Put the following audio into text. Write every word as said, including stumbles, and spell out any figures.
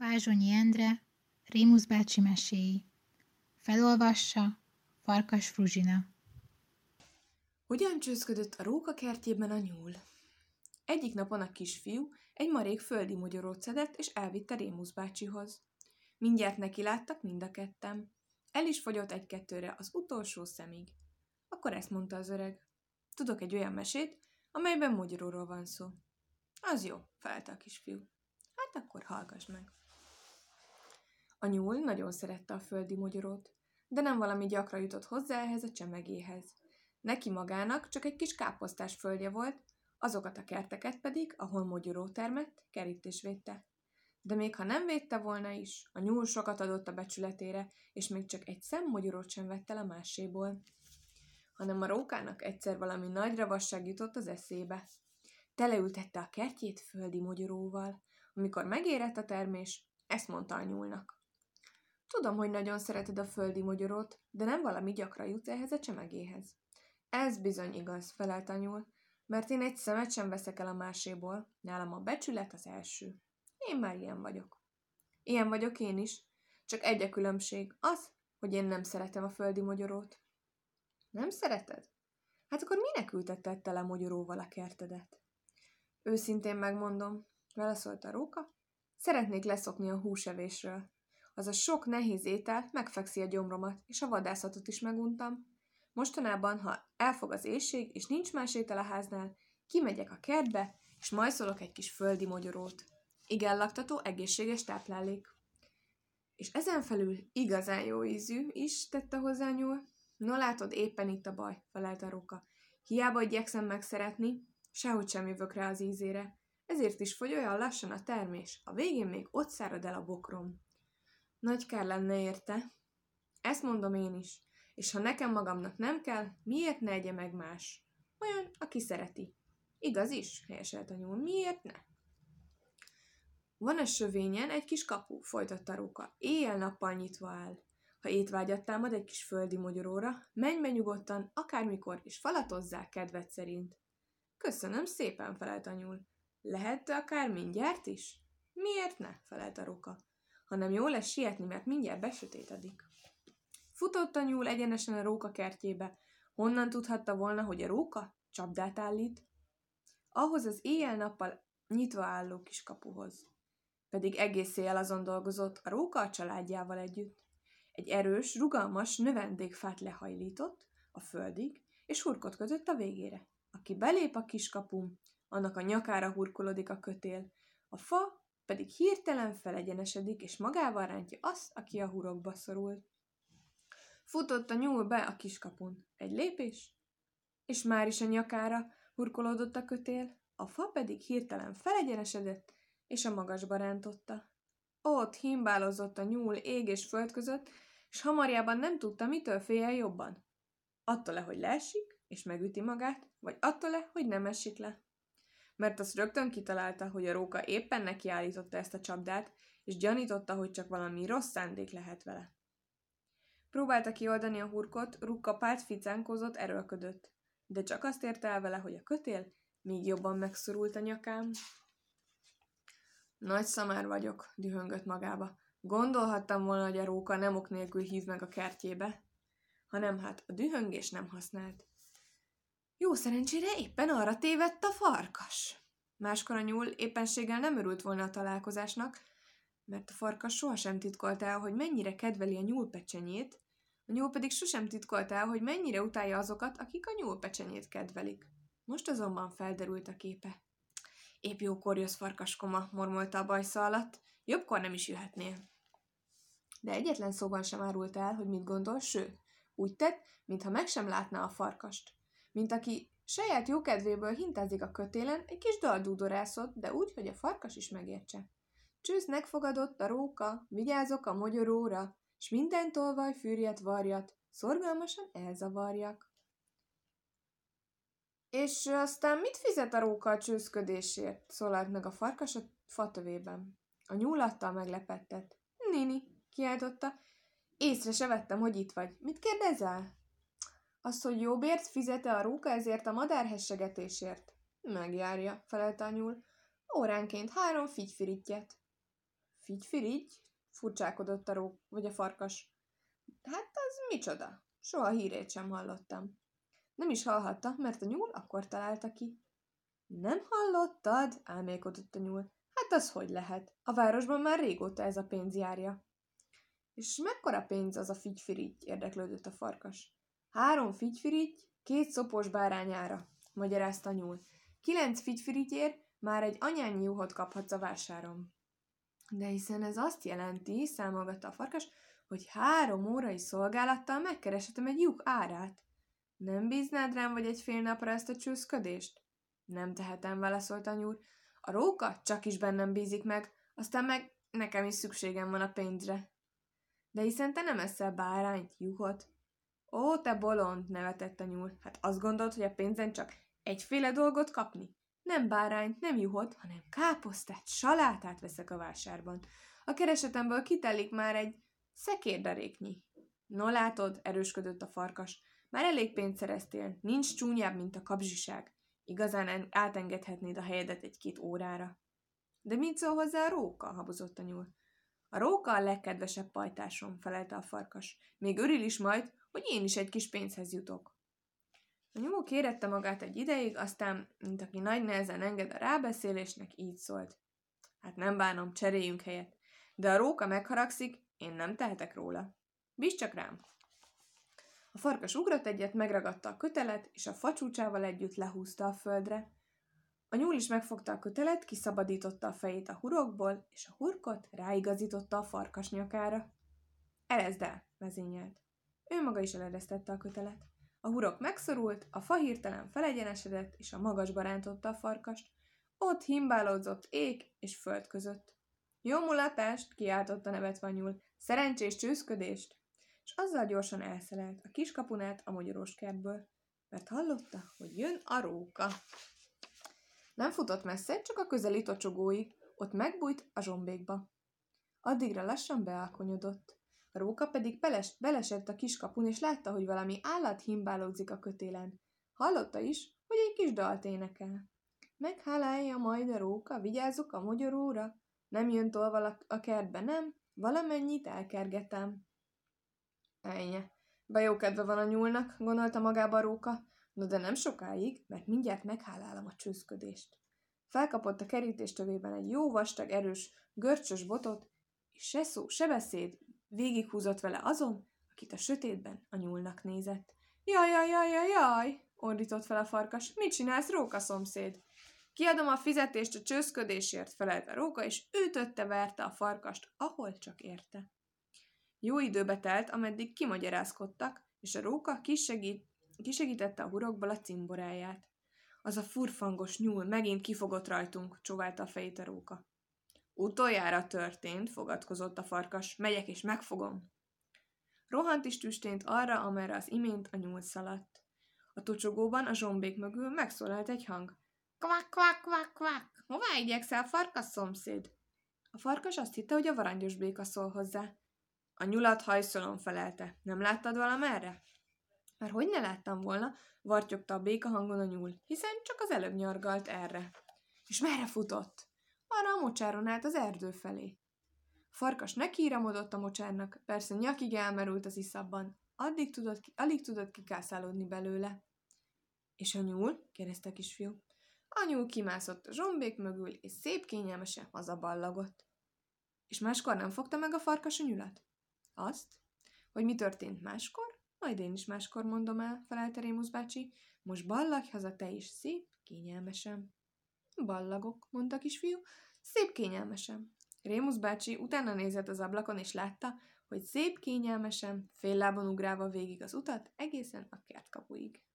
Vázsonyi Endre, Rémusz bácsi meséi. Felolvassa Farkas Fruzsina. Hogyan csőzködött a róka kertjében a nyúl? Egyik napon a kisfiú egy marék földi mogyorót szedett, és elvitte Rémusz bácsihoz. Mindjárt neki láttak mind a ketten. El is fogyott egy-kettőre az utolsó szemig. Akkor ezt mondta az öreg. Tudok egy olyan mesét, amelyben mogyoróról van szó. Az jó, felelte a kisfiú. Hát akkor hallgass meg. A nyúl nagyon szerette a földi mogyorót, de nem valami gyakran jutott hozzá ehhez a csemegéhez. Neki magának csak egy kis káposztás földje volt, azokat a kerteket pedig, ahol mogyoró termett, kerítés védte. De még ha nem védte volna is, a nyúl sokat adott a becsületére, és még csak egy szem mogyorót sem vett el a máséból. Hanem a rókának egyszer valami nagy ravasság jutott az eszébe. Teleültette a kertjét földi mogyoróval. Amikor megérett a termés, ezt mondta a nyúlnak. Tudom, hogy nagyon szereted a földi mogyorót, de nem valami gyakran jutsz ehhez a csemegéhez. Ez bizony igaz, felelt a nyúl, mert én egy szemet sem veszek el a máséból, nálam a becsület az első. Én már ilyen vagyok. Ilyen vagyok én is, csak egy a különbség, az, hogy én nem szeretem a földi mogyorót. Nem szereted? Hát akkor minek ültetted tele mogyoróval a kertedet? Őszintén megmondom, válaszolta a róka, szeretnék leszokni a húsevésről. Az a sok nehéz étel megfekszi a gyomromat, és a vadászatot is meguntam. Mostanában, ha elfog az éhség, és nincs más étel a háznál, kimegyek a kertbe, és majszolok egy kis földi mogyorót. Igen laktató, egészséges táplálék. És ezen felül igazán jó ízű is, tette hozzá a nyúl. No látod, éppen itt a baj, felelt a róka. Hiába igyekszem megszeretni, sehogy sem jövök rá az ízére. Ezért is fogy olyan lassan a termés, a végén még ott szárad el a bokrom. Nagy kár lenne érte. Ezt mondom én is. És ha nekem magamnak nem kell, miért ne egye meg más? Olyan, aki szereti. Igaz is, helyeselt a nyúl. Miért ne? Van a sövényen egy kis kapu, folytatta a róka. Éjjel-nappal nyitva áll. Ha étvágyat támad egy kis földi mogyoróra, menj be nyugodtan, akármikor, és falatozzák kedved szerint. Köszönöm szépen, felelt a nyúl. Lehet akár mindjárt is? Miért ne? Felelt a róka. Hanem jó lesz sietni, mert mindjárt besötétedik. Futott a nyúl egyenesen a róka kertjébe. Honnan tudhatta volna, hogy a róka csapdát állít? Ahhoz az éjjel-nappal nyitva álló kis kapuhoz. Pedig egész éjjel azon dolgozott a róka a családjával együtt. Egy erős, rugalmas növendékfát lehajlított a földig, és hurkot kötött a végére. Aki belép a kis kapun, annak a nyakára hurkolodik a kötél, a fa pedig hirtelen felegyenesedik, és magával rántja azt, aki a hurokba szorul. Futott a nyúl be a kiskapun. Egy lépés, és már is a nyakára hurkolódott a kötél, a fa pedig hirtelen felegyenesedett, és a magasba rántotta. Ott himbálozott a nyúl ég és föld között, és hamarjában nem tudta, mitől féljen jobban. Attól-e, hogy leesik, és megüti magát, vagy attól-e, hogy nem esik le. Mert azt rögtön kitalálta, hogy a róka éppen nekiállította ezt a csapdát, és gyanította, hogy csak valami rossz szándék lehet vele. Próbálta kioldani a hurkot, rukkapált, ficánkozott, erőlködött, de csak azt érte el vele, hogy a kötél még jobban megszorult a nyakám. Nagy szamár vagyok, dühöngött magába. Gondolhattam volna, hogy a róka nem ok nélkül hív meg a kertjébe, hanem hát a dühöngés nem használt. Jó szerencsére éppen arra tévedt a farkas. Máskor a nyúl éppenséggel nem örült volna a találkozásnak, mert a farkas sohasem titkolta el, hogy mennyire kedveli a nyúlpecsenyét, a nyúl pedig sosem titkolta el, hogy mennyire utálja azokat, akik a nyúlpecsenyét kedvelik. Most azonban felderült a képe. Épp jókor jössz, farkaskoma, mormolta a bajsza alatt, jobbkor nem is jöhetnél. De egyetlen szóban sem árult el, hogy mit gondol, sőt, úgy tett, mintha meg sem látná a farkast. Mint aki saját jókedvéből hintázik a kötélen, egy kis daldúdorászott, de úgy, hogy a farkas is megértse. Csősznek fogadott a róka, vigyázok a mogyoróra, s minden tolvaj fűrjet varjat, szorgalmasan elzavarjak. És aztán mit fizet a róka a csőszködésért? Szólalt meg a farkas a fatövében. A nyúl adta meglepettett. Nini, kiáltotta, észre se vettem, hogy itt vagy. Mit kérdezel? Azt, hogy jó bért fizete a róka ezért a madárhessegetésért? Megjárja, felelte a nyúl. Óránként három figyfirittyet. Figy-firigy? Furcsálkodott a ró, vagy a farkas. Hát az micsoda? Soha hírét sem hallottam. Nem is hallhatta, mert a nyúl akkor találta ki. Nem hallottad? Álmélkodott a nyúl. Hát az hogy lehet? A városban már régóta ez a pénz járja. És mekkora pénz az a figy-firigy? Érdeklődött a farkas. Három figy-firigy, két szopós bárányára, magyarázta a nyúl. Kilenc figy-firigyért már egy anyányi juhot kaphatsz a vásáron. De hiszen ez azt jelenti, számolgatta a farkas, hogy három órai szolgálattal megkereshetem egy juh árát. Nem bíznád rám vagy egy fél napra ezt a csőszködést? Nem tehetem, válaszolt a nyúl. A róka csak is bennem bízik meg, aztán meg nekem is szükségem van a pénzre. De hiszen te nem eszel bárányt, juhot. Ó, te bolond, nevetett a nyúl. Hát azt gondolod, hogy a pénzen csak egyféle dolgot kapni? Nem bárányt, nem juhot, hanem káposztát, salátát veszek a vásárban. A keresetemből kitelik már egy szekérderéknyi. No látod, erősködött a farkas. Már elég pénzt szereztél, nincs csúnyább, mint a kapzsiság. Igazán átengedhetnéd a helyedet egy-két órára. De mit szól hozzá a róka? Habozott a nyúl. A róka a legkedvesebb pajtásom, felelte a farkas. Még örül is majd, hogy én is egy kis pénzhez jutok. A nyúl kérette magát egy ideig, aztán, mint aki nagy nehezen enged a rábeszélésnek, így szólt. Hát nem bánom, cseréljünk helyet. De a róka megharagszik, én nem tehetek róla. Bízz csak rám! A farkas ugrott egyet, megragadta a kötelet, és a facsúcsával együtt lehúzta a földre. A nyúl is megfogta a kötelet, kiszabadította a fejét a hurokból, és a hurkot ráigazította a farkas nyakára. Erezd el, vezényelt. Ő maga is eleresztette a kötelet. A hurok megszorult, a fa hirtelen felegyenesedett, és a magasba rántotta a farkast. Ott himbálódzott ég és föld között. Jó mulatást, kiáltotta nevetve a nyúl, szerencsés csőszködést, és azzal gyorsan elszelelt a kiskapunát a mogyorós kertből, mert hallotta, hogy jön a róka. Nem futott messze, csak a közeli tocsogóig, ott megbújt a zsombékba. Addigra lassan bealkonyodott. A róka pedig beles, belesett a kiskapun, és látta, hogy valami állat himbálódzik a kötélen. Hallotta is, hogy egy kis dalt énekel. Meghálálja majd a róka, vigyázzuk a mogyoróra, nem jön tolval a kertbe, nem, valamennyit elkergetem. Ejnye, bejókedve van a nyúlnak, gondolta magába a róka, no de nem sokáig, mert mindjárt meghálálom a csőszködést. Felkapott a kerítéstövében egy jó vastag, erős, görcsös botot, és se szó, se beszéd, végighúzott vele azon, akit a sötétben a nyúlnak nézett. Jaj, jaj, jaj, jaj, jaj, ordított fel a farkas, mit csinálsz, róka szomszéd? Kiadom a fizetést a csőszködésért, felelt a róka, és ütötte-verte a farkast, ahol csak érte. Jó időbe telt, ameddig kimagyarázkodtak, és a róka kisegít, kisegítette a hurokból a cimboráját. Az a furfangos nyúl megint kifogott rajtunk, csóválta a fejét a róka. Utoljára történt, fogadkozott a farkas, megyek és megfogom. Rohant is tüstént arra, amerre az imént a nyúl szaladt. A tocsogóban a zsombék mögül megszólalt egy hang. Kvak, kvak, kvak, kvak! Hová igyekszel, farkas szomszéd? A farkas azt hitte, hogy a varangyos béka szól hozzá. A nyulat hajszolon felelte. Nem láttad valamerre? Már hogy ne láttam volna, vartyogta a béka hangon a nyúl, hiszen csak az előbb nyargalt erre. És merre futott? Arra a mocsáron állt az erdő felé. A farkas nekiíramodott a mocsárnak, persze nyakig elmerült az iszapban, addig tudott, alig tudott kikászálódni belőle. És a nyúl? Kérdezte a kisfiú. A nyúl kimászott a zsombék mögül, és szép kényelmesen hazaballagott. És máskor nem fogta meg a farkas a nyulat? Azt? Hogy mi történt máskor? Majd én is máskor mondom el, felelte Rémusz bácsi. Most ballagj haza te is, szép, kényelmesen. Ballagok, mondta a kisfiú, szép kényelmesen. Rémusz bácsi utána nézett az ablakon, és látta, hogy szép kényelmesen, fél lábon ugrálva végig az utat, egészen a kertkapuig.